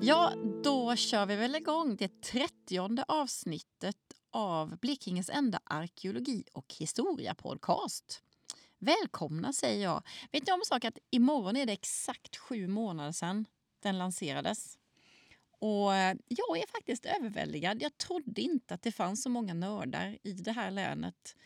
Ja, då kör vi väl igång det 30:e avsnittet av Blekinges enda arkeologi- och historia-podcast. Välkomna säger jag. Vet ni om en sak att imorgon är det exakt 7 månader sedan den lanserades. Och jag är faktiskt överväldigad. Jag trodde inte att det fanns så många nördar i det här länet.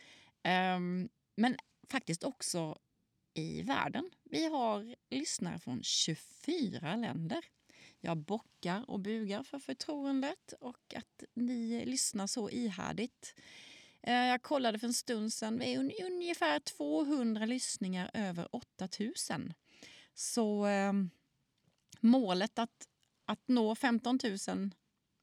Men faktiskt också i världen. Vi har lyssnare från 24 länder. Jag bockar och bugar för förtroendet och att ni lyssnar så ihärdigt. Jag kollade för en stund sedan, det är ungefär 200 lyssningar över 8000. Så målet att nå 15 000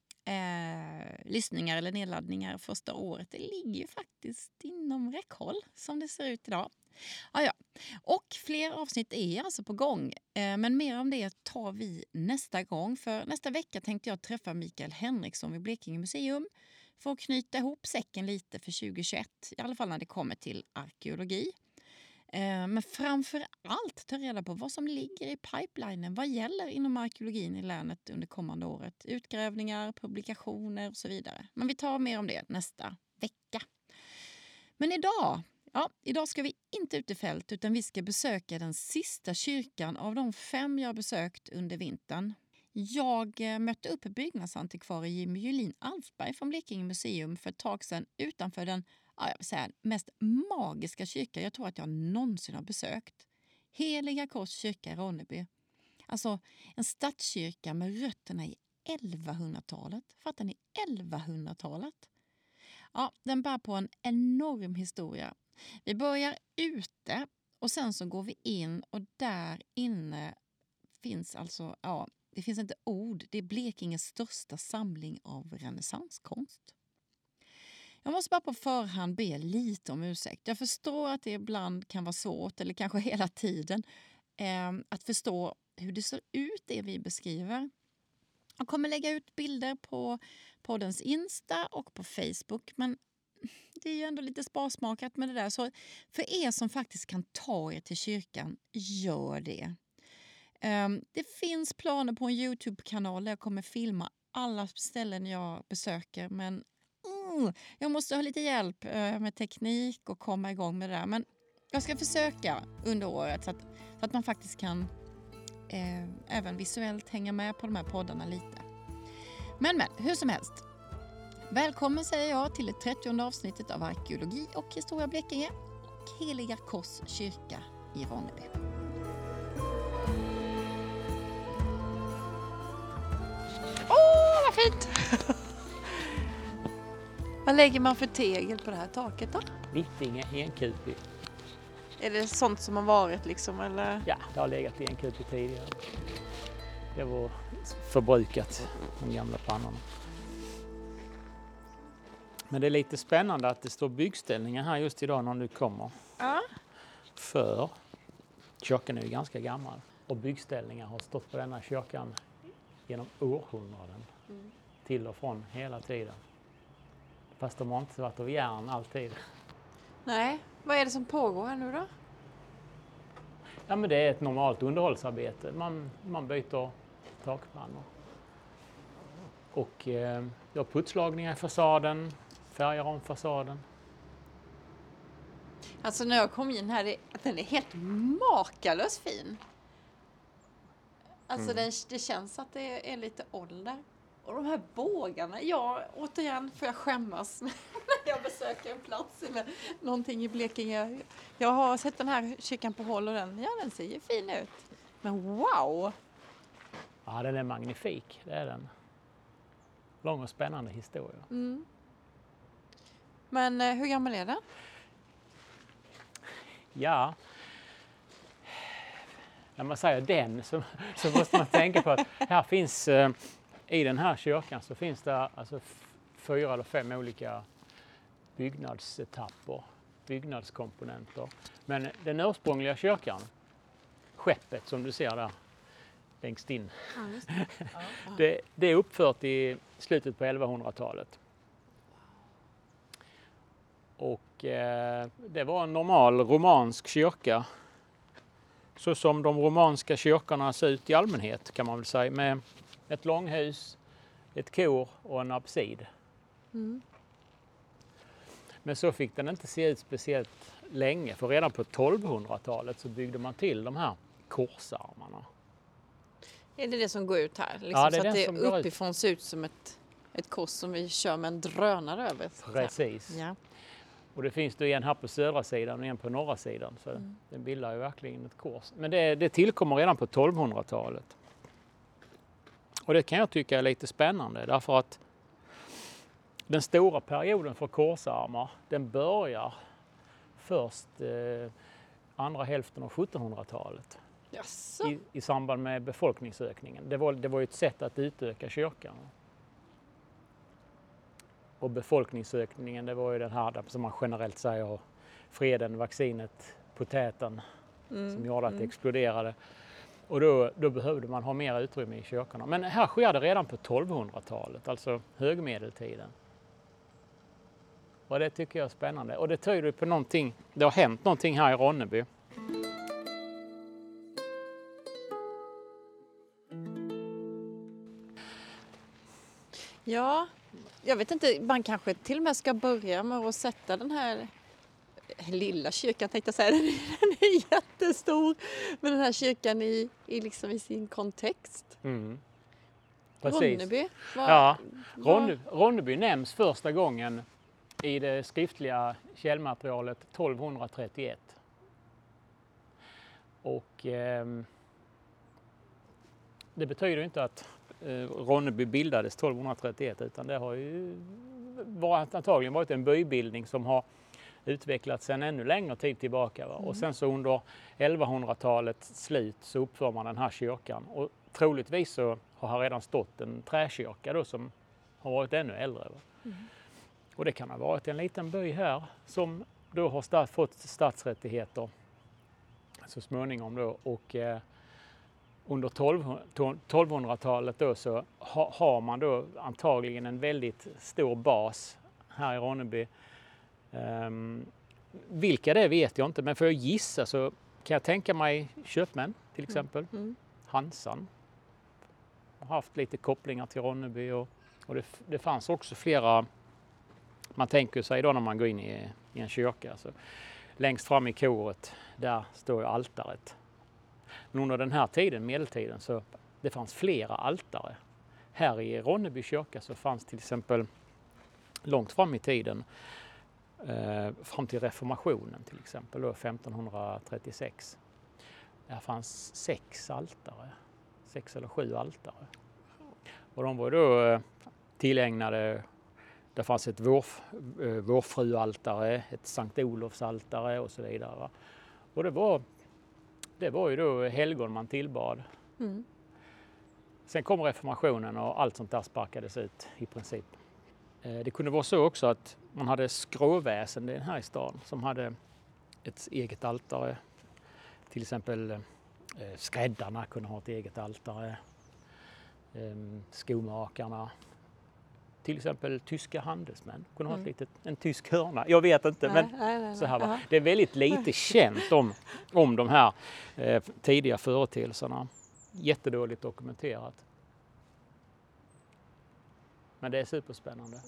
lyssningar eller nedladdningar första året, det ligger ju faktiskt inom räckhåll som det ser ut idag. Ja. Och fler avsnitt är alltså på gång. Men mer om det tar vi nästa gång. För nästa vecka tänkte jag träffa Mikael Henriksson vid Blekinge museum för att knyta ihop säcken lite för 2021. I alla fall när det kommer till arkeologi. Men framför allt ta reda på vad som ligger i pipelinen. Vad gäller inom arkeologin i länet under kommande året. Utgrävningar, publikationer och så vidare. Men vi tar mer om det nästa vecka. Men idag ska vi inte ut i fält utan vi ska besöka den sista kyrkan av de 5 jag besökt under vintern. Jag mötte upp byggnadsantikvarie Jimmy Julin Alfberg från Blekinge museum för ett tag sedan utanför den mest magiska kyrka jag tror att jag någonsin har besökt. Heliga Kors kyrka i Ronneby. Alltså en stadskyrka med rötterna i 1100-talet. Fattar ni? 1100-talet. Ja, den bär på en enorm historia. Vi börjar ute och sen så går vi in och där inne finns det finns inte ord. Det är Blekinges största samling av renässanskonst. Jag måste bara på förhand be lite om ursäkt. Jag förstår att det ibland kan vara svårt, eller kanske hela tiden, att förstå hur det ser ut det vi beskriver. Jag kommer lägga ut bilder på poddens Insta och på Facebook, men det är ju ändå lite sparsmakat med det där. Så för er som faktiskt kan ta er till kyrkan, gör det. Det finns planer på en YouTube-kanal där jag kommer filma alla ställen jag besöker, men jag måste ha lite hjälp med teknik och komma igång med det där. Men jag ska försöka under året så att man faktiskt kan även visuellt hänga med på de här poddarna lite. Men hur som helst. Välkommen säger jag till det 30:e avsnittet av Arkeologi och historia Blekinge och Heliga Kors kyrka i Ronneby. Vad fint! Vad lägger man för tegel på det här taket då? Vittinge enkupi. Är det sånt som har varit liksom eller? Ja, det har legat i enkupi tidigare. Det var förbrukat, de gamla pannorna. Men det är lite spännande att det står byggställningar här just idag när du kommer. Ja. För kyrkan är ju ganska gammal och byggställningar har stått på denna kyrkan genom århundraden. Till och från hela tiden. Fast de har inte varit av järn alltid. Nej, vad är det som pågår här nu då? Ja, men det är ett normalt underhållsarbete. Man byter takpannor. Och det har putslagningar i fasaden, färgar om fasaden. Alltså när jag kom in här, den är helt makalös fin. Alltså det känns att det är lite ålder. Och de här bågarna, återigen får jag skämmas när jag besöker en plats eller någonting i Blekinge. Jag har sett den här kyrkan på håll och den ser ju fin ut. Men wow! Ja, den är magnifik, det är den. Lång och spännande historia. Mm. Men hur gammal är den? Ja, när man säger den så måste man tänka på att här finns, i den här kyrkan så finns det alltså 4 eller 5 olika byggnadsetapper, byggnadskomponenter. Men den ursprungliga kyrkan, skeppet som du ser där längst in, det är uppfört i slutet på 1100-talet. Och det var en normal romansk kyrka. Så som de romanska kyrkorna ser ut i allmänhet kan man väl säga. Med ett långhus, ett kor och en absid. Mm. Men så fick den inte se ut speciellt länge, för redan på 1200-talet så byggde man till de här korsarmarna. Är det som går ut här? Liksom, Ja, det är så att den det som går uppifrån ser ut som ett kors som vi kör med en drönare över. Precis. Ja. Och det finns då en här på södra sidan och en på norra sidan. Så den bildar ju verkligen ett kors. Men det tillkommer redan på 1200-talet. Och det kan jag tycka är lite spännande, därför att den stora perioden för korsarmar, den börjar först andra hälften av 1700-talet. I samband med befolkningsökningen. Det var ju ett sätt att utöka kyrkan. Och befolkningsökningen, det var ju den här som man generellt säger, freden, vaccinet, potäten som gjorde att det exploderade. Och då behövde man ha mer utrymme i kyrkorna. Men här sker det redan på 1200-talet, alltså högmedeltiden. Och det tycker jag är spännande. Och det tyder på någonting, det har hänt någonting här i Ronneby. Ja, jag vet inte, man kanske till och med ska börja med att sätta den här lilla kyrkan, tänkte jag säga, den är jättestor, men den här kyrkan i sin kontext. Mm. Precis. Ronneby? Ronneby nämns första gången i det skriftliga källmaterialet 1231. Och det betyder inte att Ronneby bildades 1231, utan det har ju antagligen varit en bybildning som har utvecklats sedan ännu längre tid tillbaka. Och sen så under 1100-talets slut så uppför man den här kyrkan. Och troligtvis så har här redan stått en träkyrka då som har varit ännu äldre. Och det kan ha varit en liten by här som då har fått stadsrättigheter så småningom då. Och under 1200-talet då så har man då antagligen en väldigt stor bas här i Ronneby. Vilka det vet jag inte, men för att gissa så kan jag tänka mig köpmän till exempel. Hansan har haft lite kopplingar till Ronneby och det fanns också flera, man tänker sig då när man går in i en kyrka. Så längst fram i koret, där står ju altaret. Men under den här tiden, medeltiden, så det fanns flera altare. Här i Ronneby kyrka så fanns till exempel långt fram i tiden, fram till reformationen till exempel, då 1536. Där fanns 6 eller 7 altare. Och de var då tillägnade, det fanns ett vårfrualtare, ett Sankt Olofs altare och så vidare. Och det var ju då helgon man tillbad. Sen kom reformationen och allt sånt där sparkades ut i princip. Det kunde vara så också att man hade skråväsen här i stan som hade ett eget altare. Till exempel skräddarna kunde ha ett eget altare. Skomakarna. Till exempel tyska handelsmän kunde ha en tysk hörna. Jag vet inte, men så här var. Det är väldigt lite känt om de här tidiga företeelserna. Jättedåligt dokumenterat. Men det är superspännande.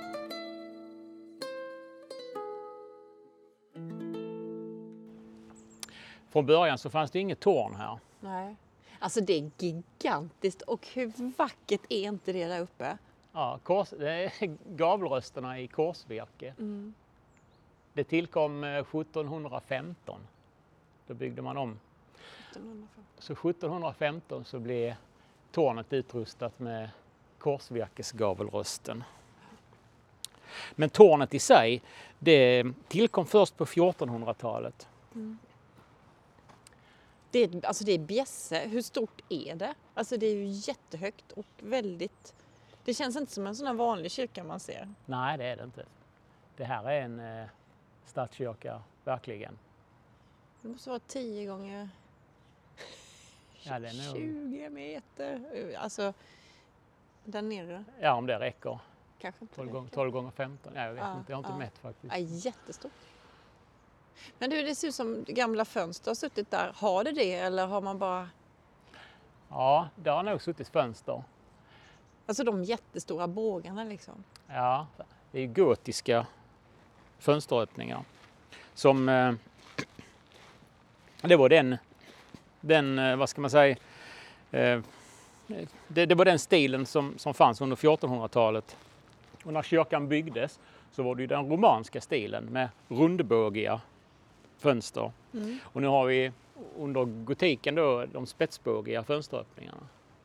Från början så fanns det inget torn här. Nej. Alltså det är gigantiskt, och hur vackert är inte det där uppe? Ja, det är gavelrösterna i korsvirke. Det tillkom 1715. Då byggde man om. 1715. Så 1715 så blev tornet utrustat med korsvirkesgavelrösten. Men tornet i sig, det tillkom först på 1400-talet. Det är bjässe. Hur stort är det? Alltså det är ju jättehögt och väldigt... Det känns inte som en sån här vanlig kyrka man ser. Nej, det är det inte. Det här är en stadskyrka, verkligen. Det måste vara 10 gånger 20 meter. Alltså, där nere. Ja, om det räcker. Kanske inte 12 gånger 15. Ja, jag vet inte, jag har inte mätt faktiskt. Ja, jättestort. Men det ser ut som gamla fönster har suttit där. Har det eller har man bara... Ja, det har nog suttit fönster. Alltså de jättestora bågarna liksom. Ja, det är gotiska fönsteröppningar. Som det var den vad ska man säga, det var den stilen som fanns under 1400-talet. Och när kyrkan byggdes så var det ju den romanska stilen med rundbågiga fönster. Och nu har vi under gotiken då de spetsbågiga fönsteröppningarna.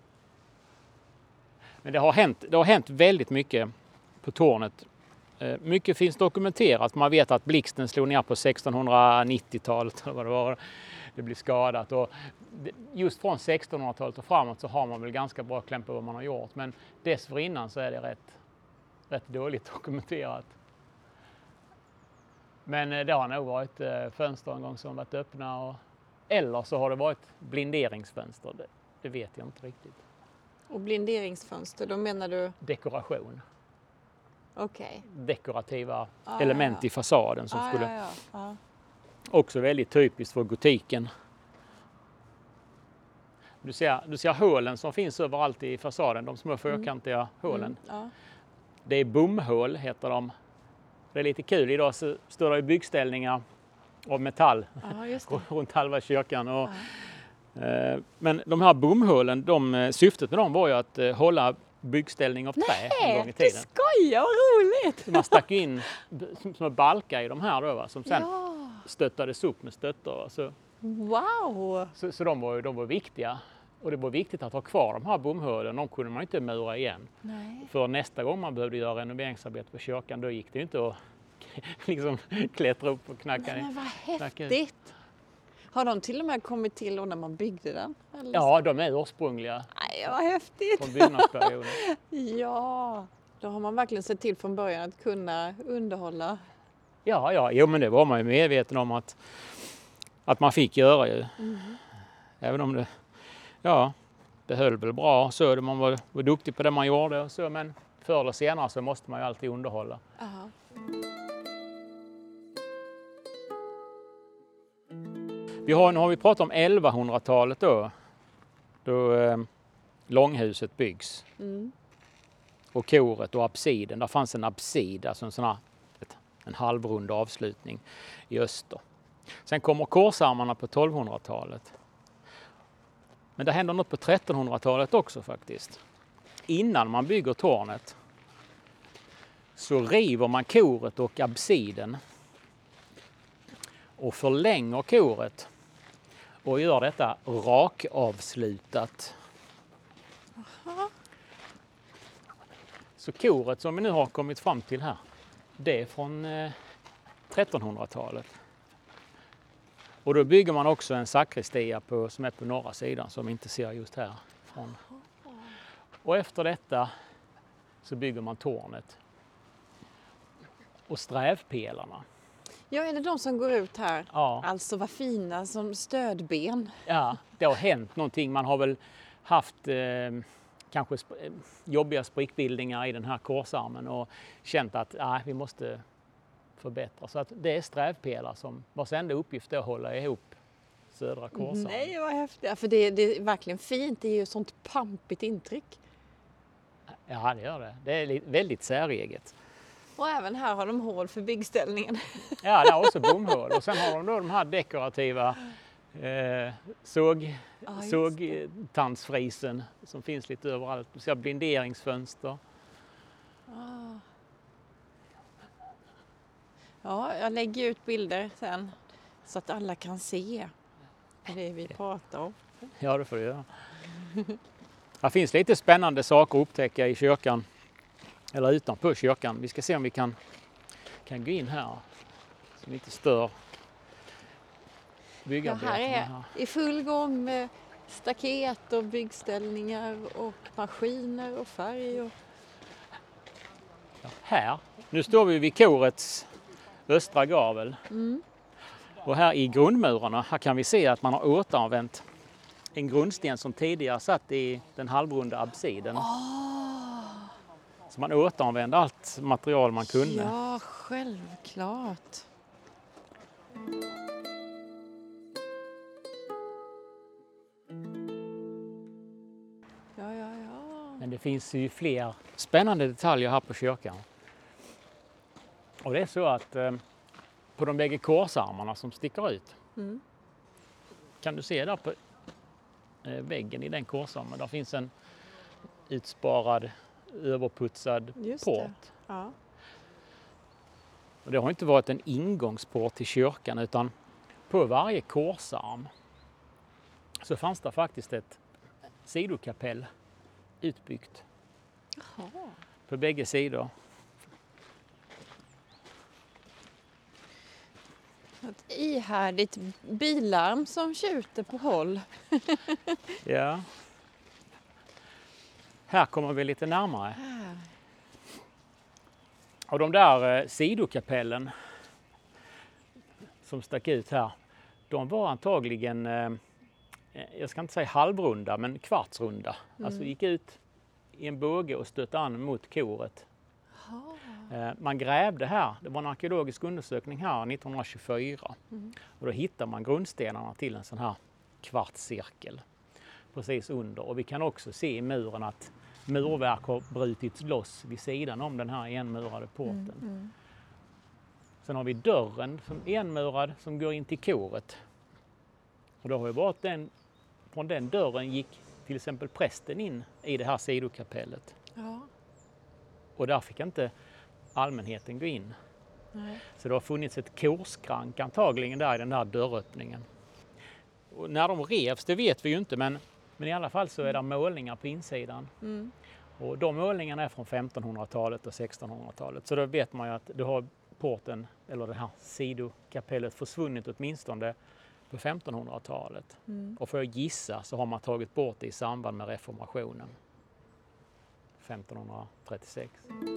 Men det har hänt väldigt mycket på tornet. Mycket finns dokumenterat. Man vet att blixten slog ner på 1690-talet eller vad det var. Det blev skadat. Och just från 1600-talet och framåt så har man väl ganska bra kläm på vad man har gjort. Men dessförinnan så är det rätt dåligt dokumenterat. Men det har nog varit fönster en gång som varit öppna. Eller så har det varit blinderingsfönster. Det vet jag inte riktigt. Och blinderingsfönster, då menar du? Dekoration. Okej. Dekorativa element i fasaden som skulle... Ja. Också väldigt typiskt för gotiken. Du ser hålen som finns överallt i fasaden, de små fyrkantiga hålen. Ja. Det är bomhål heter de. Det är lite kul, idag så står det byggställningar av metall runt halva kyrkan. Men de här bomhålen, syftet med dem var ju att hålla byggställning av trä en gång i tiden. Nej, du skojar, vad roligt! Man stack in små balkar i de här då, va, som sen stöttades upp med stöttor. Wow! Så de var viktiga. Och det var viktigt att ha kvar de här bomhålen. De kunde man inte mura igen. Nej. För nästa gång man behövde göra renoveringsarbete på kyrkan, då gick det inte att liksom klättra upp och knacka. Men vad häftigt! Har de till och med kommit till när man byggde den? Eller? Ja, de är ursprungliga. Nej, vad häftigt! Från byggnadsperioden. Ja, då har man verkligen sett till från början att kunna underhålla. Jo, men det var man ju medveten om att man fick göra ju. Även om det höll väl bra så, man var duktig på det man gjorde och så, men förr eller senare så måste man ju alltid underhålla. Aha. Nu har vi pratat om 1100-talet då långhuset byggs. Och koret och absiden, där fanns en absid, alltså en halvrund avslutning i öster. Sen kommer korsarmarna på 1200-talet. Men det händer något på 1300-talet också faktiskt. Innan man bygger tornet så river man koret och absiden och förlänger koret och gör detta rakavslutat. Aha. Så koret som vi nu har kommit fram till här, det är från 1300-talet. Och då bygger man också en sakristia som är på norra sidan som vi inte ser just här. Och efter detta så bygger man tornet. Och strävpelarna. Ja, är det de som går ut här? Ja. Alltså vad fina som stödben. Ja, det har hänt någonting. Man har väl haft kanske jobbiga sprickbildningar i den här korsarmen och känt att vi måste förbättra. Så att det är strävpelare som vars enda uppgift är att hålla ihop södra korsarmen. Nej, vad häftigt. För det är verkligen fint. Det är ju sånt pampigt intryck. Ja, det gör det. Det är väldigt säreget. Och även här har de hål för byggställningen. Ja, det är också bomhål. Och sen har de då de här dekorativa sågtandsfrisen som finns lite överallt. Du ser blinderingsfönster. Ja, jag lägger ut bilder sen så att alla kan se det vi pratar om. Ja, det får du göra. Det finns lite spännande saker att upptäcka i kyrkan. Eller utanpå kyrkan. Vi ska se om vi kan gå in här. Så vi inte stör byggarbetena här. Här är i full gång med staket och byggställningar och maskiner och färg. Och... Ja, här. Nu står vi vid korets östra gavel. Och här i grundmurarna här kan vi se att man har återanvänt en grundsten som tidigare satt i den halvrunda absiden. Så man återanvände allt material man kunde. Ja, självklart. Men det finns ju fler spännande detaljer här på kyrkan. Och det är så att på de bägge korsarmarna som sticker ut, kan du se där på väggen i den korsarmen, där finns en utsparad, överputsad port. Ja. Och det har inte varit en ingångsport till kyrkan, utan på varje korsarm så fanns det faktiskt ett sidokapell utbyggt. Jaha. På bägge sidor. Ett ihärdigt bilarm som tjuter på håll. Ja. Här kommer vi lite närmare. Och de där sidokapellen som stack ut här, de var antagligen, jag ska inte säga halvrunda, men kvartsrunda. Alltså gick ut i en båge och stötte an mot koret. Man grävde här, det var en arkeologisk undersökning här 1924. Och då hittade man grundstenarna till en sån här kvartscirkel precis under. Och vi kan också se i muren att murverk har brutits loss vid sidan om den här enmurade porten. Sen har vi dörren som enmurad som går in till koret. Och då har ju varit från den dörren gick till exempel prästen in i det här sidokapellet. Ja. Och där fick inte allmänheten gå in. Nej. Så det har funnits ett korskrank antagligen där i den där dörröppningen. Och när de revs, det vet vi ju inte, men i alla fall så är det målningar på insidan. Och de målningarna är från 1500-talet och 1600-talet. Så då vet man ju att då har porten, eller det här sidokapellet, försvunnit åtminstone på 1500-talet. Och för att gissa så har man tagit bort det i samband med reformationen. 1536.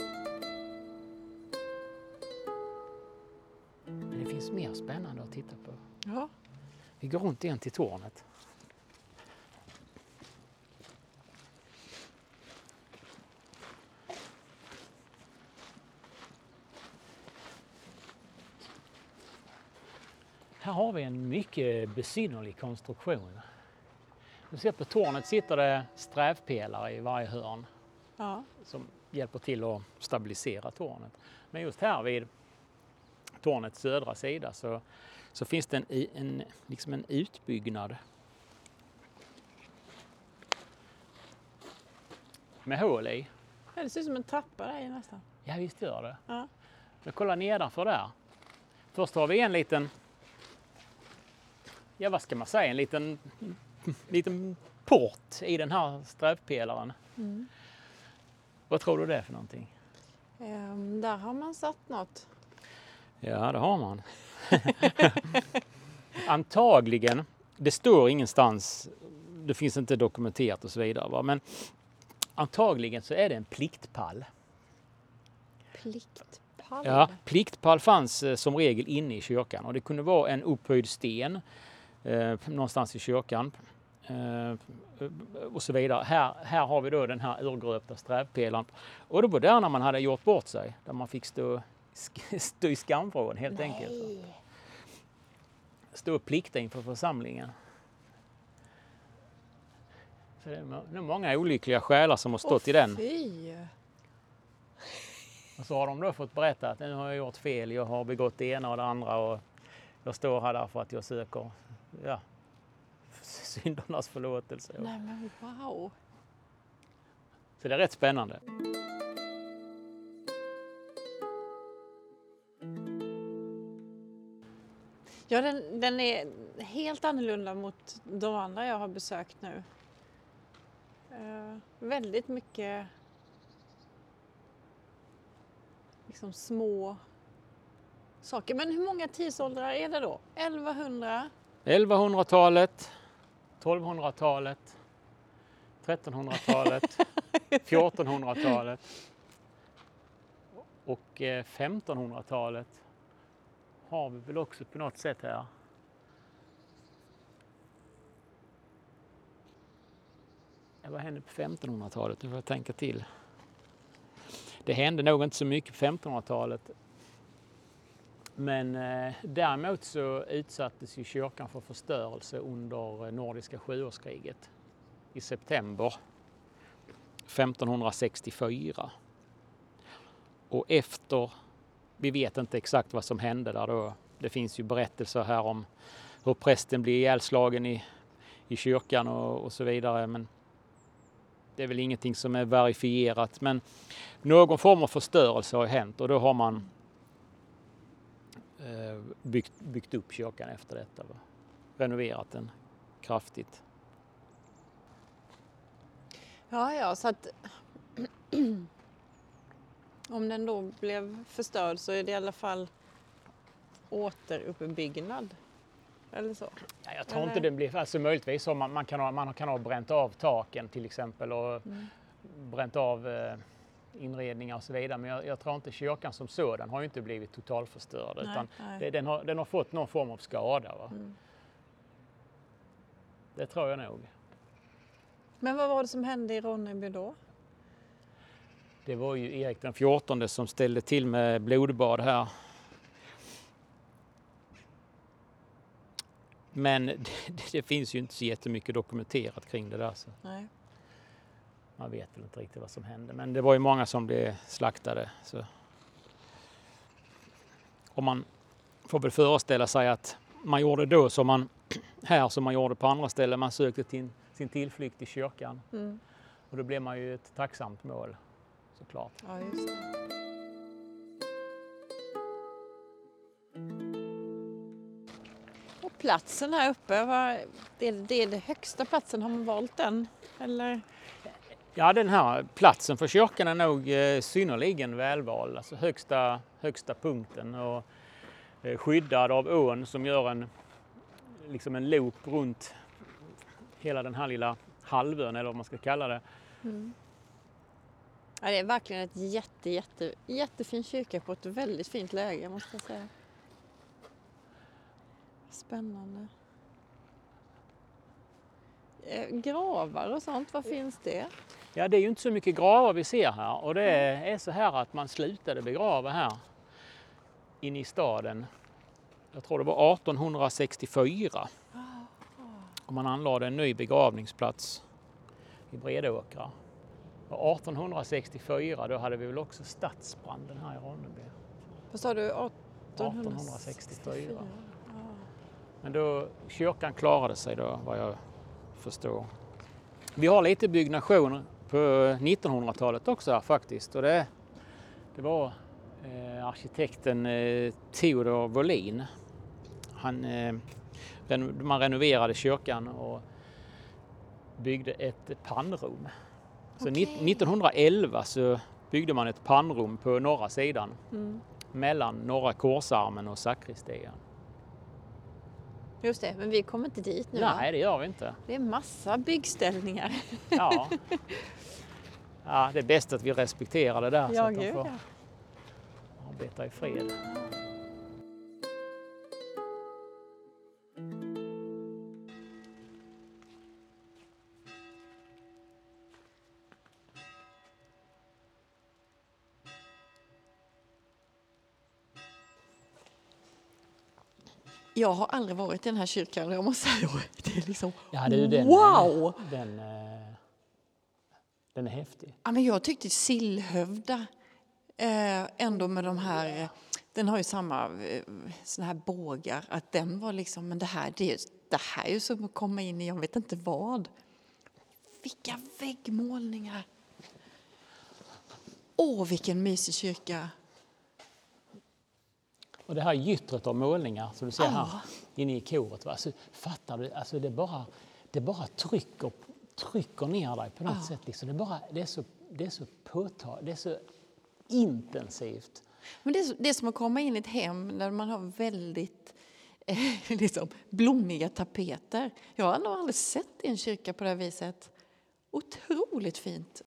Men det finns mer spännande att titta på. Ja. Vi går runt igen till tornet. Här har vi en mycket besynnerlig konstruktion. Du ser på tornet sitter det strävpelare i varje hörn. Ja. Som hjälper till att stabilisera tornet. Men just här vid tornets södra sida så finns det liksom en utbyggnad med hål i. Ja, det ser ut som en trappa där i nästan. Ja, visst gör det. Ja. Men kolla nedanför där. Först har vi en liten, ja vad ska man säga, en liten port i den här strävpelaren. Vad tror du det är för någonting? Där har man satt något. Ja, det har man. Antagligen, det står ingenstans, det finns inte dokumenterat och så vidare, va? Men antagligen så är det en pliktpall. Pliktpall? Ja, pliktpall fanns som regel inne i kyrkan och det kunde vara en upphöjd sten någonstans i kyrkan och så vidare. Här har vi då den här urgröpta strävpelaren och det var där när man hade gjort bort sig, där man fick stå i skamvrån helt enkelt. Stå och plikta inför församlingen. Så det är många olyckliga själar som har stått i den. Fy. Och så har de då fått berätta att nu har jag gjort fel, jag har begått det ena och det andra och jag står här därför att jag söker syndernas förlåtelse. Nej men wow. Så det är rätt spännande. Ja, den är helt annorlunda mot de andra jag har besökt nu. Väldigt mycket liksom små saker. Men hur många tidsåldrar är det då? 1100? 1100-talet, 1200-talet, 1300-talet, 1400-talet och 1500-talet har vi väl också på något sätt här. Vad hände på 1500-talet? Nu får jag tänka till. Det hände nog inte så mycket på 1500-talet. Men däremot så utsattes ju kyrkan för förstörelse under Nordiska sjuårskriget i september 1564. Och efter, vi vet inte exakt vad som hände där då. Det finns ju berättelser här om hur prästen blir ihjälslagen i kyrkan och så vidare. Men det är väl ingenting som är verifierat. Men någon form av förstörelse har hänt och då har man byggt upp kyrkan efter detta. Renoverat den kraftigt. Ja, så att om den då blev förstörd så är det i alla fall återuppbyggnad. Eller så? Ja, jag tror inte det blir, alltså möjligtvis om man kan ha bränt av taken till exempel och bränt av inredningar och så vidare. Men jag tror inte kyrkan som sådan har ju inte blivit totalförstörd. Utan den har fått någon form av skada. Va? Det tror jag nog. Men vad var det som hände i Ronneby då? Det var ju Erik den 14 som ställde till med blodbad här. Men det finns ju inte så jättemycket dokumenterat kring det där. Så. Nej. Man vet väl inte riktigt vad som hände. Men det var ju många som blev slaktade. Så. Och man får väl föreställa sig att man gjorde då som man gjorde på andra ställen. Man sökte sin tillflykt i kyrkan. Och då blev man ju ett tacksamt mål, såklart. Ja, just det. Och platsen här uppe, det är den högsta platsen. Har man valt den? Eller? Ja, den här platsen för kyrkan är nog synnerligen välvald. Alltså högsta punkten och skyddad av ån som gör en loop runt hela den här lilla halvön eller vad man ska kalla det. Ja, det är verkligen ett jättefin kyrka på ett väldigt fint läge måste jag säga. Spännande. Gravar och sånt, vad finns det? Ja, det är ju inte så mycket gravar vi ser här och det är så här att man slutade begrava här inne i staden. Jag tror det var 1864. Och man anlade en ny begravningsplats i Bredåkra. Och 1864 då hade vi väl också stadsbranden här i Ronneby. Vad sa du? 1864. Men då kyrkan klarade sig då vad jag förstår. Vi har lite byggnation på 1900-talet också här faktiskt. Och det var arkitekten Theodor Wåhlin. Man renoverade kyrkan och byggde ett pannrum. Så 1911 så byggde man ett pannrum på norra sidan mellan norra korsarmen och sakristian. Just det, men vi kommer inte dit nu. Nej, det gör vi inte. Det är massa byggställningar. Ja, det är bäst att vi respekterar det där så att de får arbeta i fred. Jag har aldrig varit i den här kyrkan, jag måste säga. Det är liksom, wow! Den är häftig. Ja, men jag tyckte Sillhövda ändå med de här, den har ju samma såna här bågar, att den var liksom, men det här är ju som att komma in i, jag vet inte vad. Vilka väggmålningar! Vilken mysig kyrka! Och det här gyttret av målningar som du ser här inne i koret. Va? Alltså, fattar du? Alltså, det bara trycker ner dig på något sätt. Liksom. Det är så påtagligt, det är så intensivt. Men det är som att komma in i ett hem där man har väldigt liksom, blommiga tapeter. Jag har nog aldrig sett en kyrka på det här viset. Otroligt fint.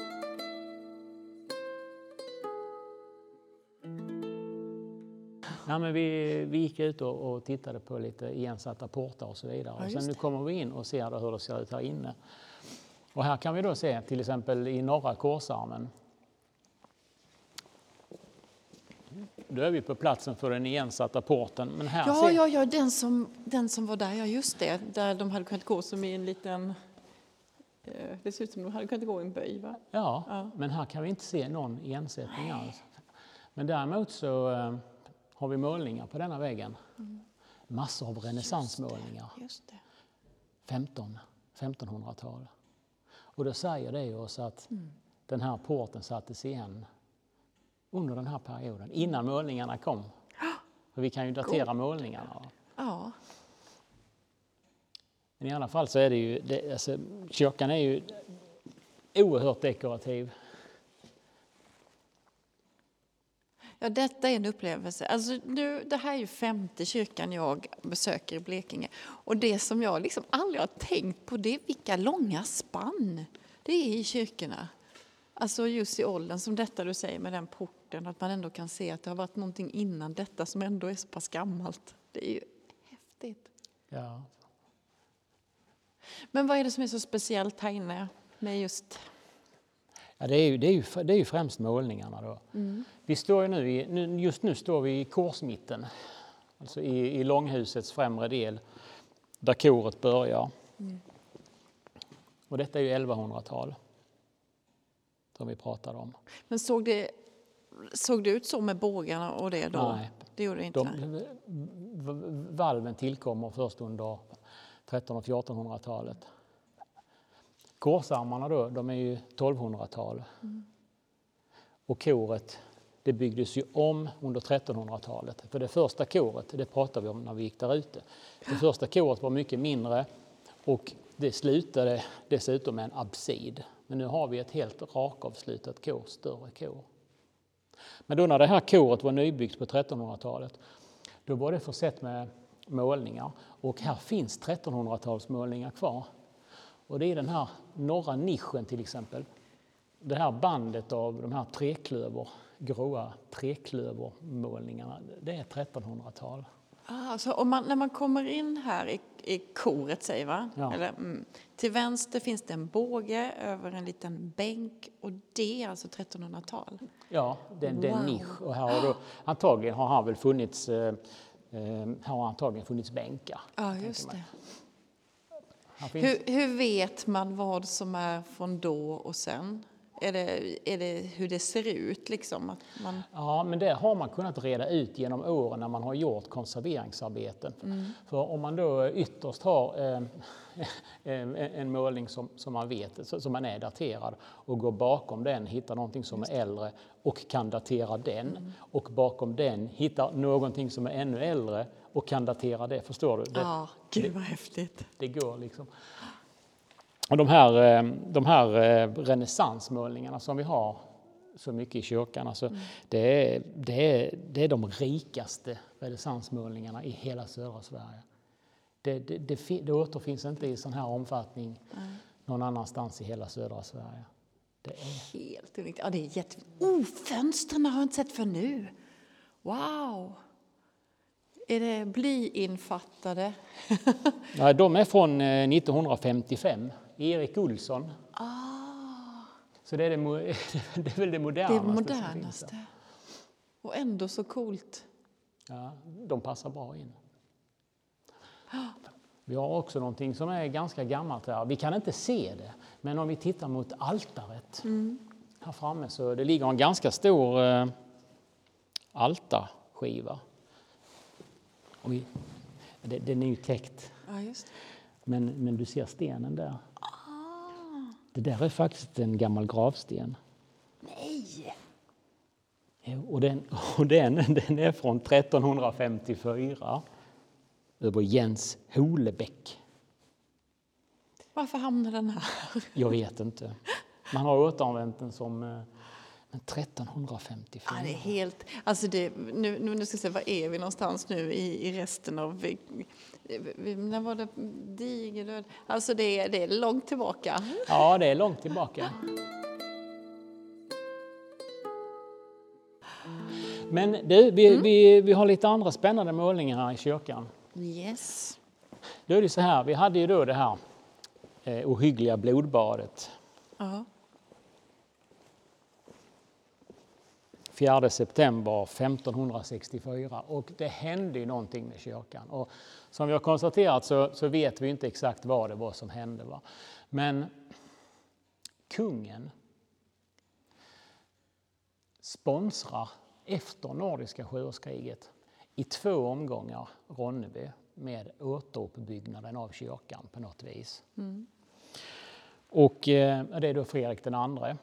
Ja, men vi gick ut och tittade på lite igensatta portar och så vidare. Ja, och sen nu kommer vi in och ser hur det ser ut här inne. Och här kan vi då se till exempel i norra korsarmen. Då är vi på platsen för den igensatta porten. Men här den som var där, ja just det. Där de hade kunnat gå som i en liten Det ser ut som de hade kunnat gå i en böj, va? Ja, men här kan vi inte se någon ensättning alls. Men däremot så har vi målningar på denna väggen. Massor av renässansmålningar. Just det. 1500-tal. Och då säger det oss att den här porten sattes igen under den här perioden, innan målningarna kom. För vi kan ju datera målningarna. Ja. Men i alla fall så är det ju, kyrkan är ju oerhört dekorativ. Ja, detta är en upplevelse. Alltså nu, det här är ju 5:e kyrkan jag besöker i Blekinge. Och det som jag liksom aldrig har tänkt på, det är vilka långa spann det är i kyrkorna. Alltså just i åldern, som detta du säger med den porten, att man ändå kan se att det har varit någonting innan detta som ändå är så pass gammalt. Det är ju häftigt. Ja. Men vad är det som är så speciellt här inne med just... Ja, det är ju främst målningarna då. Vi står ju just nu står vi i korsmitten, alltså i långhusets främre del, där koret börjar. Och detta är ju 1100-tal som vi pratade om. Men såg det ut så med bågarna och det då? Nej, det gjorde det inte. Valven tillkommer först under 1300- och 1400-talet. Korsarmarna då, de är ju 1200-tal. Och koret, det byggdes ju om under 1300-talet. För det första koret, det pratade vi om när vi gick där ute. Det första koret var mycket mindre och det slutade dessutom med en absid. Men nu har vi ett helt rakavslutat kor, större kor. Men då när det här koret var nybyggt på 1300-talet, då var det försett med målningar. Och här finns 1300-talsmålningar kvar. Och det är den här norra nischen till exempel. Det här bandet av de här gråa treklövermålningarna, det är 1300-tal. Så när man kommer in här i koret, säger va? Ja. Till vänster finns det en båge över en liten bänk och det är alltså 1300-tal. Ja, det är en nisch. Och här har antagligen funnits bänkar. Ja, just det. Finns... Hur vet man vad som är från då och sen? Är det hur det ser ut liksom? Att man... Ja, men det har man kunnat reda ut genom åren när man har gjort konserveringsarbeten. För om man då ytterst har en målning som man vet, som man är daterad och går bakom den, hittar någonting som är äldre och kan datera den. Och bakom den hittar någonting som är ännu äldre och kan datera det. Förstår du? Ja, gud vad häftigt. Det går liksom. Och de här renässansmålningarna som vi har så mycket i kyrkan, alltså det är de rikaste renässansmålningarna i hela södra Sverige. Det återfinns inte i sån här omfattning någon annanstans i hela södra Sverige. Det är helt unikt. Ja, det är fönstren har jag inte sett för nu. Wow! Är det blyinfattade? Ja, de är från 1955. Erik Olsson. Så det är väl det modernaste. Det modernaste. Och ändå så coolt. Ja, de passar bra in. Vi har också någonting som är ganska gammalt här. Vi kan inte se det, men om vi tittar mot altaret här framme så det ligger en ganska stor altarskiva. Den är ju täckt. Ja, just. Men du ser stenen där. Det där är faktiskt en gammal gravsten. Nej! Och den är från 1354. Över Jens Holebäck. Varför hamnar den här? Jag vet inte. Man har återanvänt den som 1354. Ja, det är helt... Alltså nu ska jag säga, var är vi någonstans nu i resten av... När var det digerdöd? Alltså det är långt tillbaka. Ja, det är långt tillbaka. Men du, vi har lite andra spännande målningar här i kyrkan. Yes. Då är det så här, vi hade ju då det här ohyggliga blodbadet. Ja. 4 september 1564 och det hände ju någonting med kyrkan. Och som vi har konstaterat så vet vi inte exakt vad det var som hände. Va? Men kungen sponsrar efter Nordiska sjuårskriget i 2 omgångar Ronneby med återuppbyggnaden av kyrkan på något vis. Och det är då Fredrik den andre.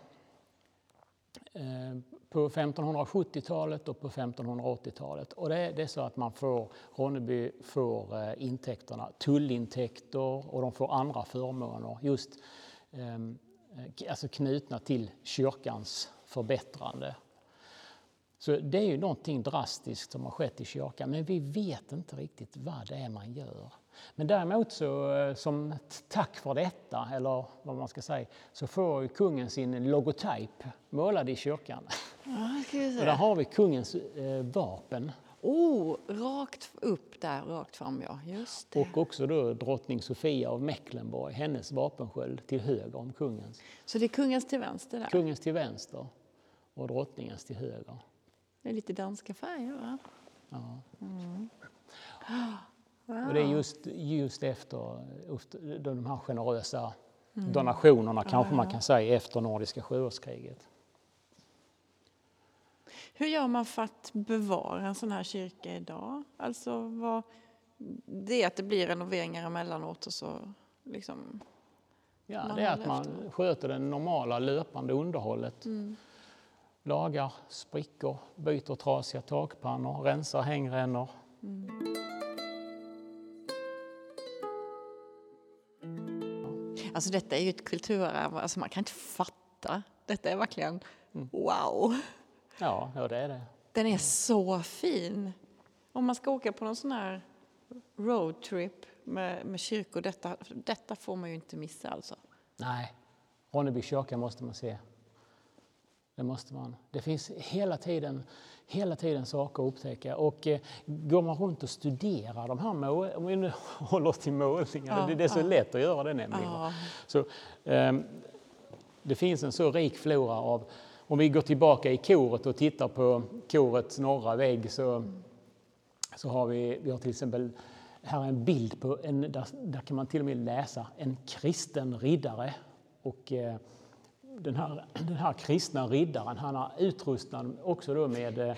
På 1570-talet och på 1580-talet. Och det är så att Ronneby får intäkterna, tullintäkter, och de får andra förmåner just alltså knutna till kyrkans förbättrande. Så det är ju någonting drastiskt som har skett i kyrkan, men vi vet inte riktigt vad det är man gör. Men däremot så som tack för detta, eller vad man ska säga, så får ju kungen sin logotyp målad i kyrkan. Och där har vi kungens vapen. Rakt upp där, rakt fram, ja. Just det. Och också då drottning Sofia av Mecklenburg, hennes vapensköld till höger om kungens. Så det är kungens till vänster där? Kungens till vänster och drottningens till höger. Det är lite danska färger, va? Ja. Wow. Och det är just efter de här generösa donationerna, kanske man kan säga, efter Nordiska sjuårskriget. Hur gör man för att bevara en sån här kyrka idag? Alltså, det är att det blir renoveringar emellanåt och så liksom... Ja, det är att man sköter det normala löpande underhållet. Lagar sprickor, byter trasiga takpannor, rensar hängrännor. Alltså detta är ju ett kulturarv, alltså man kan inte fatta. Detta är verkligen wow. Ja, det är det. Den är så fin. Om man ska åka på någon sån här roadtrip med kyrkor, detta får man ju inte missa alltså. Nej, Ronneby kyrka måste man se. Det måste man. Det finns hela tiden saker att upptäcka. Och går man runt och studerar de här om vi nu håller oss till målningar, det är så lätt att göra det nämligen. Så, det finns en så rik flora av, om vi går tillbaka i koret och tittar på korets norra vägg så har vi har till exempel här en bild på där kan man till och med läsa en kristen riddare. Och den här kristna riddaren, han har utrustad också då med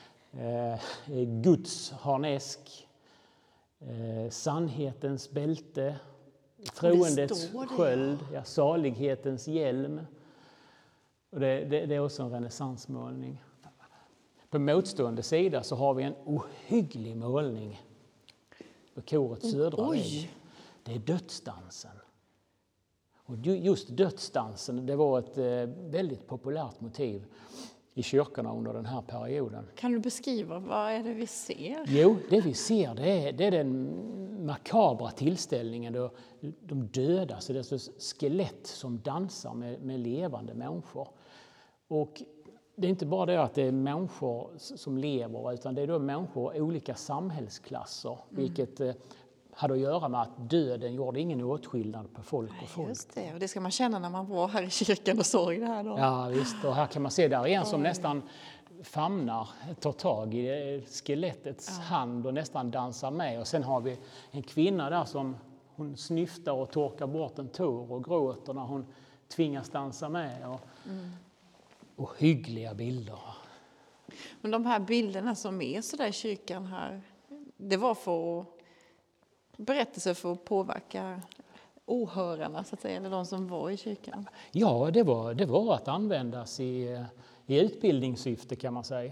Guds harnesk, sannhetens bälte, troendets sköld, salighetens hjälm. Och det är också en renässansmålning. På motstående sida så har vi en ohygglig målning på korets södra vägg. Det är dödsdansen. Och just dödsdansen, det var ett väldigt populärt motiv i kyrkorna under den här perioden. Kan du beskriva, vad är det vi ser? Jo, det vi ser det är den makabra tillställningen då de döda, så det är så skelett som dansar med levande människor. Och det är inte bara det att det är människor som lever, utan det är då människor i olika samhällsklasser, vilket hade att göra med att döden gjorde ingen åtskillnad på folk och folk. Just det, och det ska man känna när man var här i kyrkan och såg det här då. Ja visst, och här kan man se där en som nästan tar tag i skelettets hand och nästan dansar med. Och sen har vi en kvinna där som hon snyftar och torkar bort en tår och gråter när hon tvingas dansa med. Och hyggliga bilder. Men de här bilderna som är så där i kyrkan här, det var för berättelser för att påverka åhörarna så att säga, eller de som var i kyrkan? Ja, det var att användas i utbildningssyfte kan man säga.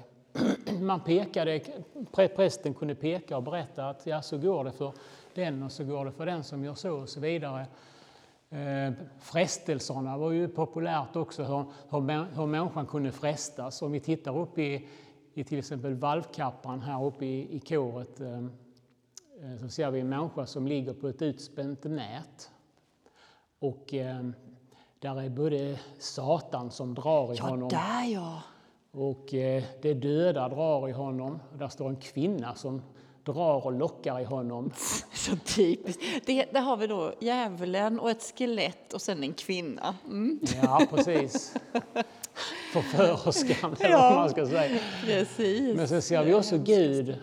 Prästen kunde peka och berätta att så går det för den och så går det för den som gör så och så vidare. Frestelserna var ju populärt också, hur människan kunde frestas. Om vi tittar upp i till exempel valvkappan här uppe i koret, så ser vi en människa som ligger på ett utspänt nät. Och där är både Satan som drar i honom. Där ja! Och det döda drar i honom. Och där står en kvinna som drar och lockar i honom. Så typiskt. Där har vi då djävulen och ett skelett och sen en kvinna. Ja, precis. Förförerskan, eller vad man ska säga. Precis. Men sen ser vi också Gud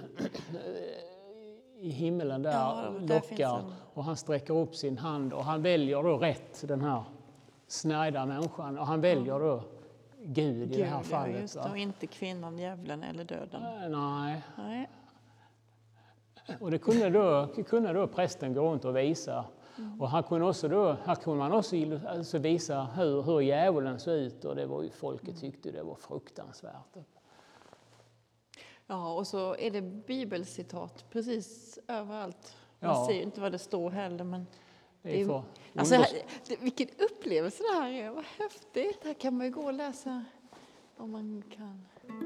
i himmelen där lockar. Och han sträcker upp sin hand och han väljer då rätt, den här snärjda människan. Och han väljer då Gud i det här fallet. Just det, och inte kvinnan, djävulen eller döden. Nej. Och det kunde då prästen gå runt och visa. Och här kunde man också visa hur djävulen såg ut. Och det var ju, folket tyckte det var fruktansvärt. Ja, och så är det bibelcitat precis överallt. Man ser ju inte vad det står heller, men vilken upplevelse det här är. Vad häftigt. Här kan man ju gå och läsa om man kan.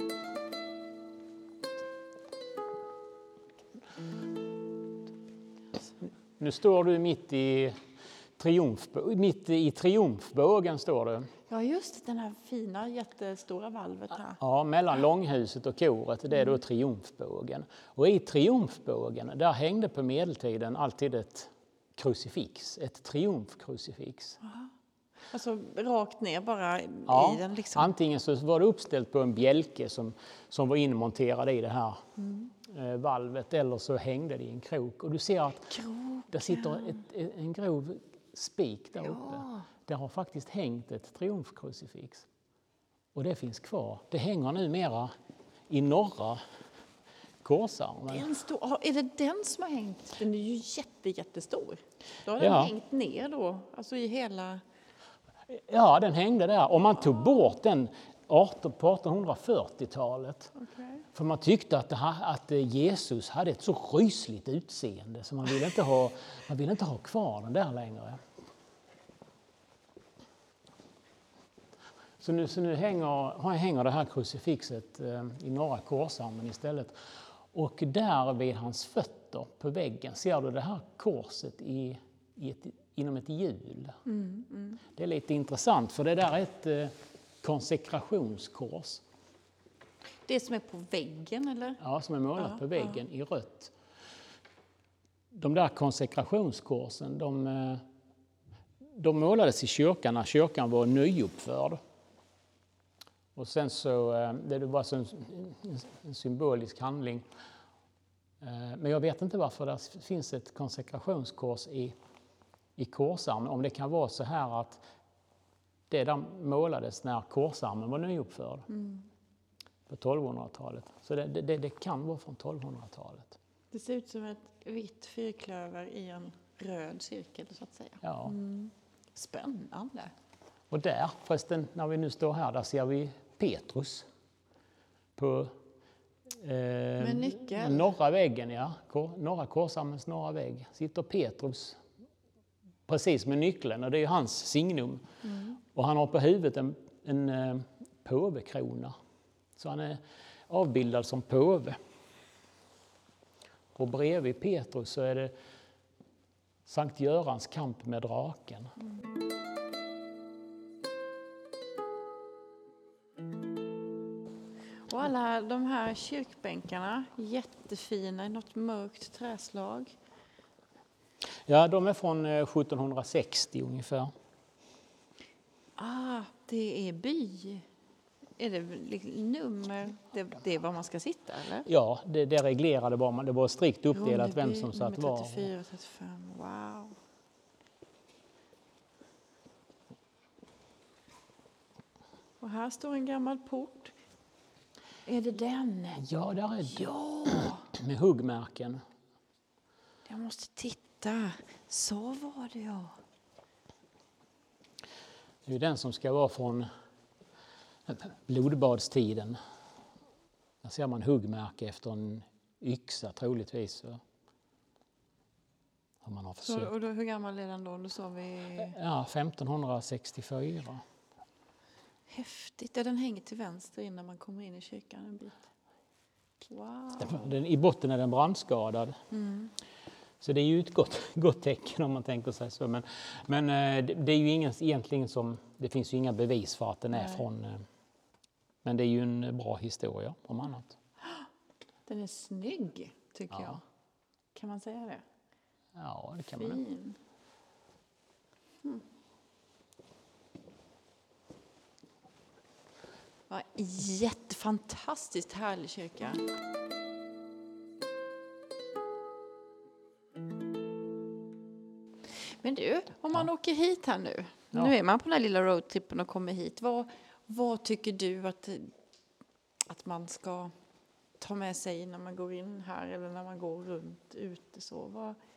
Nu står du mitt i triumfbågen står du. Ja, just den här fina jättestora valvet här. Ja, mellan långhuset och koret, det är då triumfbågen. Och i triumfbågen, där hängde på medeltiden alltid ett krucifix, ett triumfkrucifix. Aha. Alltså rakt ner bara i den liksom. Antingen så var det uppställt på en bjälke som var inmonterad i det här valvet, eller så hängde det i en krok. Och du ser att där sitter en grov spik där uppe. Det har faktiskt hängt ett triumfkrucifix. Och det finns kvar. Det hänger numera i norra korsarmen. Är det den som har hängt? Den är ju jättestor. Då har den hängt ner då, alltså i hela... Ja, den hängde där. Och man tog bort den på 1840-talet. Okay. För man tyckte att Jesus hade ett så rysligt utseende så man ville inte ha kvar den där längre. Så nu hänger det här krucifixet i norra korsarmen istället. Och där vid hans fötter på väggen ser du det här korset inom ett hjul. Det är lite intressant för det där är ett konsekrationskors. Det som är på väggen eller? Ja, som är målat på väggen i rött. De där konsekrationskorsen, de målades i kyrkan när kyrkan var nyuppförd. Och sen så, det var en symbolisk handling. Men jag vet inte varför det finns ett konsekrationskors i korsarmen. Om det kan vara så här att det där målades när korsarmen var nyuppförd på 1200-talet. Så det kan vara från 1200-talet. Det ser ut som ett vitt fyrklöver i en röd cirkel så att säga. Ja. Spännande. Och där, förresten, när vi nu står här, där ser vi Petrus på norra väggen, norra korsarmens norra vägg. Sitter Petrus precis med nyckeln och det är hans signum. Och han har på huvudet en påvekrona. Så han är avbildad som påve. Och bredvid Petrus så är det Sankt Görans kamp med draken. Och alla de här kyrkbänkarna, jättefina i något mörkt träslag. Ja, de är från 1760 ungefär. Det är by. Är det nummer? Det är var man ska sitta, eller? Ja, det reglerade bara. Det var strikt uppdelat vem som satt var. 34, 35, wow. Och här står en gammal port. Är det den? Ja, där är det. Ja. Med huggmärken. Jag måste titta. Så var det, ja. Det är den som ska vara från blodbadstiden. Där ser man huggmärke efter en yxa troligtvis. Man har försökt. Och då, hur gammal är den då? Då sa vi... Ja, 1564. Häftigt. Den hänger till vänster innan man kommer in i kyrkan en bit. Wow. I botten är den brandskadad. Så det är ju ett gott tecken om man tänker sig så. Men det är ju egentligen som... Det finns ju inga bevis för att den är från... Men det är ju en bra historia om annat. Den är snygg, tycker jag. Kan man säga det? Ja, det kan man. Fin. Ja, jättefantastiskt härlig kyrka. Men du, om man åker hit här nu, Ja. Nu är man på den här lilla roadtrippen och kommer hit. Vad tycker du att man ska ta med sig när man går in här eller när man går runt ute? Så?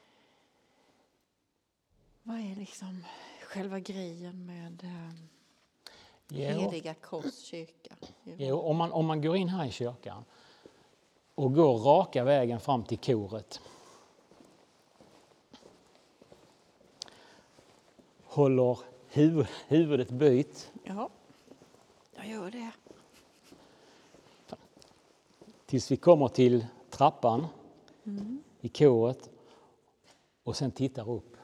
Vad är liksom själva grejen med Heliga Kors kyrka? Jo, om man går in här i kyrkan och går raka vägen fram till koret. Håller huvudet böjt. Ja, jag gör det. Tills vi kommer till trappan i koret och sen tittar upp.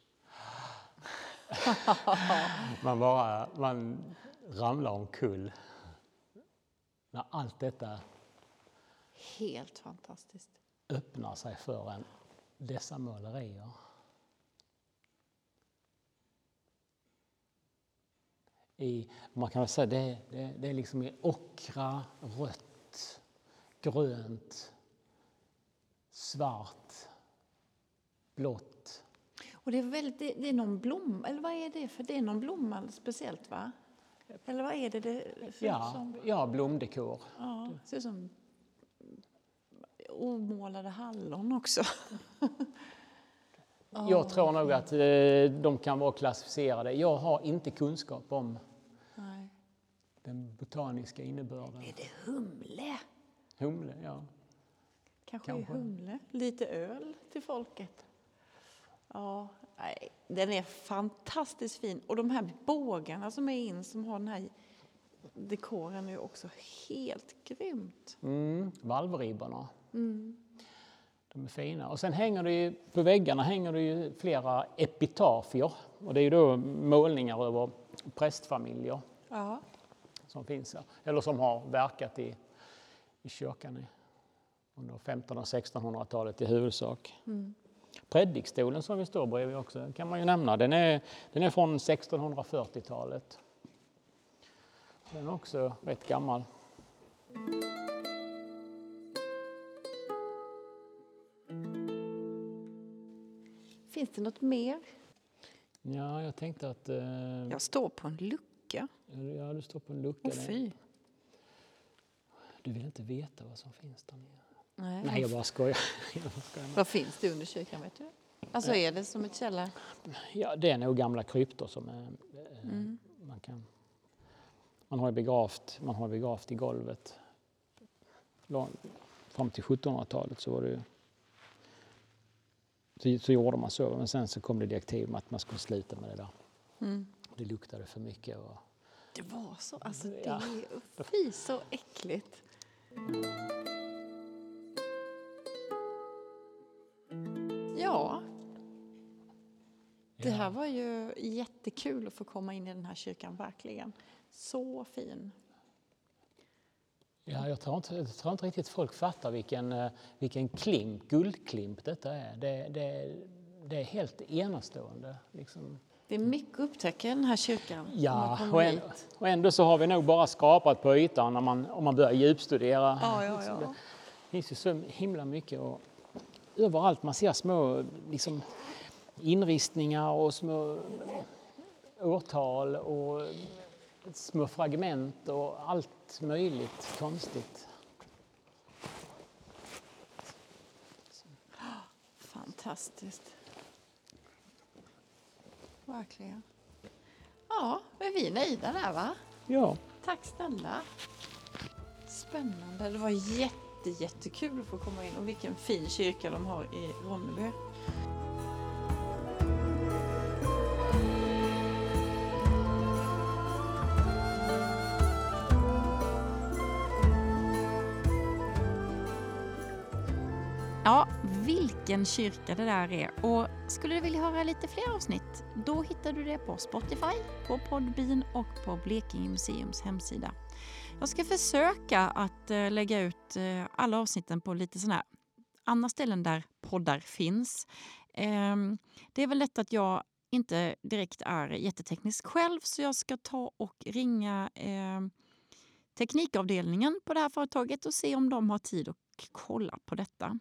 Man ramlar omkull. När allt detta Helt fantastiskt. öppnar sig för en, dessa målerier. Man kan väl säga det är liksom i ockra, rött, grönt, svart, blått. Och det är någon blomma, eller vad är det? För det är någon blomma speciellt, va? Eller vad är det? Det ser ut som, Ja, blomdekor. ja, det ser ut som omålade hallon också. Jag tror nog att de kan vara klassificerade. Jag har inte kunskap om Nej. den botaniska innebörden. Är det humle? Humle, ja. Kanske Kanske. är humle. Lite öl till folket. Ja, nej, den är fantastiskt fin. Och de här bågarna som är in, som har den här dekoren, är också helt grymt. Valvribborna. De är fina. Och sen hänger det ju, på väggarna hänger det ju flera epitafier. Och det är ju då målningar över prästfamiljer Ja. som finns här. Eller som har verkat i kyrkan under 1500- och 1600-talet i huvudsak. Predikstolen som vi står bredvid också kan man ju nämna. Den är från 1640-talet. Den är också rätt gammal. Finns det något mer? Ja, jag tänkte att... Jag står på en lucka. Ja, du står på en lucka. Fy. Du vill inte veta vad som finns där nere. Nej, Jag bara skojar. Vad finns det under kyrkan, vet du? Alltså är det som ett källare? Ja, det är nog gamla kryptor som man har begravt i golvet. Fram till 1700-talet så var det så gjorde man så, men sen så kom det direktiv om att man skulle sluta med det där. Det luktade för mycket. Det var så, alltså det Ja. är fy så äckligt. Ja. Det här var ju jättekul att få komma in i den här kyrkan, verkligen. Så fin. Ja, jag tror inte riktigt folk fattar vilken guldklimp detta är. Det är helt enastående. Liksom. Det är mycket att upptäcka i den här kyrkan. Ja, och ändå så har vi nog bara skrapat på ytan om man börjar djupstudera. Ja. Det finns ju så himla mycket. Och överallt man ser små liksom, inristningar och små årtal och små fragment och allt möjligt konstigt. Fantastiskt. Verkligen. Ja, är vi nöjda där, va? Ja. Tack snälla. Spännande. Det var jättekul att få komma in. Och vilken fin kyrka de har i Ronneby. Ja, vilken kyrka det där är. Och skulle du vilja höra lite fler avsnitt, då hittar du det på Spotify, på Podbean och på Blekinge Museums hemsida. Jag ska försöka att lägga ut alla avsnitten på lite sådana här andra ställen där poddar finns. Det är väl lätt att jag inte direkt är jätteteknisk själv, så jag ska ta och ringa teknikavdelningen på det här företaget och se om de har tid att kolla på detta.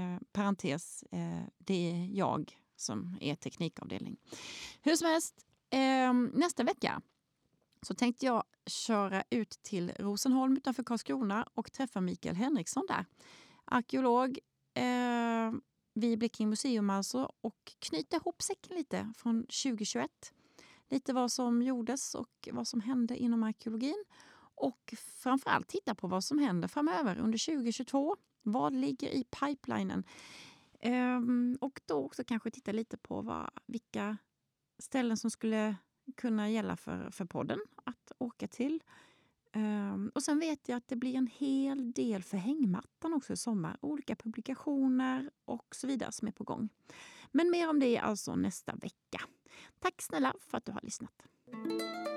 Parentes, det är jag som är teknikavdelning. Hur som helst, nästa vecka så tänkte jag köra ut till Rosenholm utanför Karlskrona och träffa Mikael Henriksson där. Arkeolog vid Blekinge museum alltså, och knyta ihop säcken lite från 2021. Lite vad som gjordes och vad som hände inom arkeologin. Och framförallt titta på vad som händer framöver under 2022. Vad ligger i pipelinen? Och då också kanske titta lite på vilka ställen som skulle kunna gälla för podden att åka till. Och sen vet jag att det blir en hel del för hängmattan också i sommar. Olika publikationer och så vidare som är på gång. Men mer om det alltså nästa vecka. Tack snälla för att du har lyssnat.